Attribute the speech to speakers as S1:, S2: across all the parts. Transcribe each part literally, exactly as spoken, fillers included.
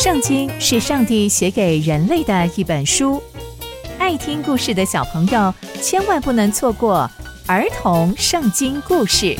S1: 圣经是上帝写给人类的一本书，爱听故事的小朋友千万不能错过儿童圣经故事。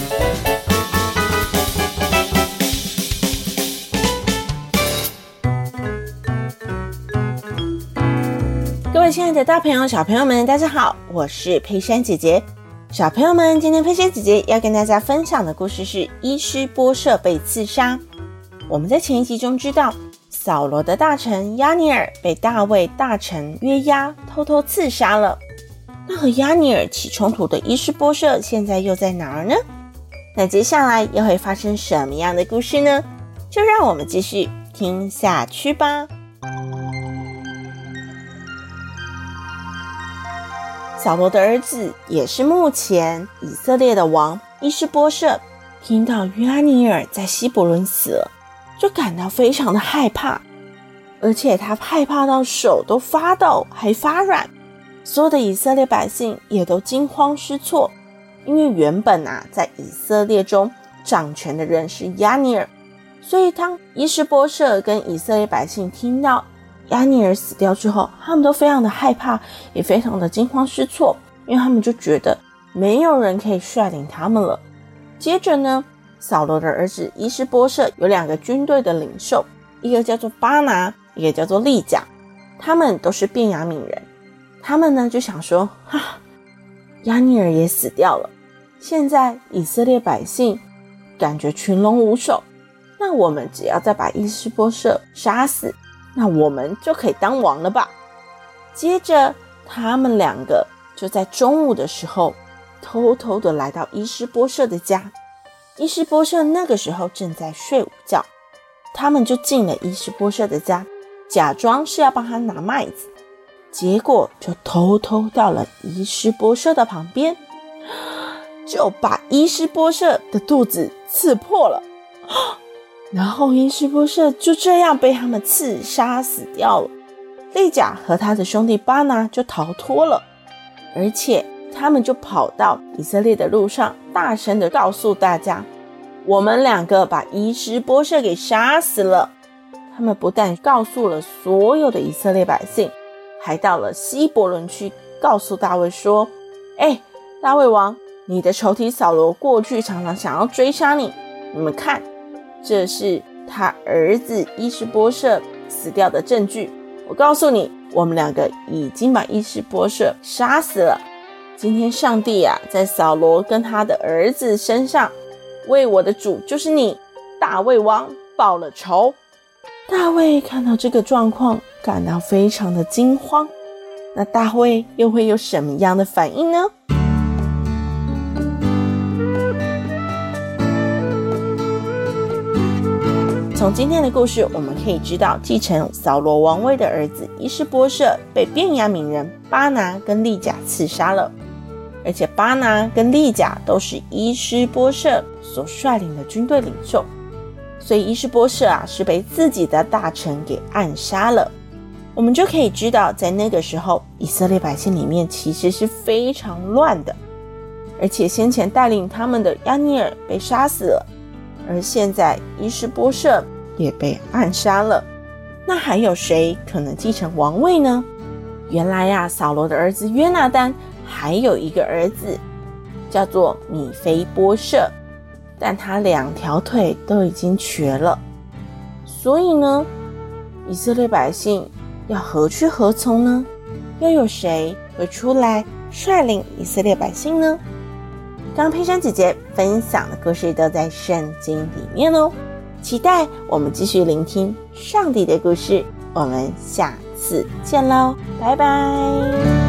S2: 各位亲爱的大朋友小朋友们，大家好，我是佩珊姐姐。小朋友们，今天佩珊姐姐要跟大家分享的故事是伊施波设被刺杀。我们在前一集中知道，扫罗的大臣押尼珥被大卫大臣约押偷偷刺杀了。那和押尼珥起冲突的伊施波设现在又在哪儿呢？那接下来又会发生什么样的故事呢？就让我们继续听下去吧。扫罗的儿子也是目前以色列的王伊施波设，听到押尼珥在希伯伦死了，就感到非常的害怕，而且他害怕到手都发抖还发软。所有的以色列百姓也都惊慌失措，因为原本啊在以色列中掌权的人是押尼珥，所以当伊施波设跟以色列百姓听到押尼珥死掉之后，他们都非常的害怕，也非常的惊慌失措，因为他们就觉得没有人可以率领他们了。接着呢，扫罗的儿子伊施波设有两个军队的领袖，一个叫做巴拿，一个叫做利甲，他们都是便雅悯人。他们呢就想说，哈，押尼珥也死掉了，现在以色列百姓感觉群龙无首，那我们只要再把伊施波设杀死，那我们就可以当王了吧。接着他们两个就在中午的时候偷偷的来到伊施波设的家。伊施波设那个时候正在睡午觉，他们就进了伊施波设的家，假装是要帮他拿麦子，结果就偷偷到了伊施波设的旁边，就把伊施波设的肚子刺破了，然后伊施波设就这样被他们刺杀死掉了。利甲和他的兄弟巴拿就逃脱了，而且他们就跑到以色列的路上，大声的告诉大家，我们两个把伊施波设给杀死了。他们不但告诉了所有的以色列百姓，还到了希伯伦去告诉大卫说，哎，大卫王，你的仇敌扫罗过去常常想要追杀你，你们看，这是他儿子伊施波设死掉的证据。我告诉你，我们两个已经把伊施波设杀死了。今天上帝啊，在扫罗跟他的儿子身上，为我的主就是你大卫王报了仇。大卫看到这个状况，感到非常的惊慌。那大卫又会有什么样的反应呢？从今天的故事我们可以知道，继承扫罗王位的儿子伊施波设被便雅悯人巴拿跟利甲刺杀了，而且巴拿跟利甲都是伊施波设所率领的军队领袖，所以伊施波设啊是被自己的大臣给暗杀了。我们就可以知道，在那个时候以色列百姓里面其实是非常乱的，而且先前带领他们的押尼珥被杀死了，而现在伊施波设也被暗杀了。那还有谁可能继承王位呢？原来啊，扫罗的儿子约拿单还有一个儿子叫做米非波设，但他两条腿都已经瘸了，所以呢，以色列百姓要何去何从呢？又有谁会出来率领以色列百姓呢？刚刚佩珊姐姐分享的故事都在圣经里面哦，期待我们继续聆听上帝的故事，我们下次见咯，拜拜。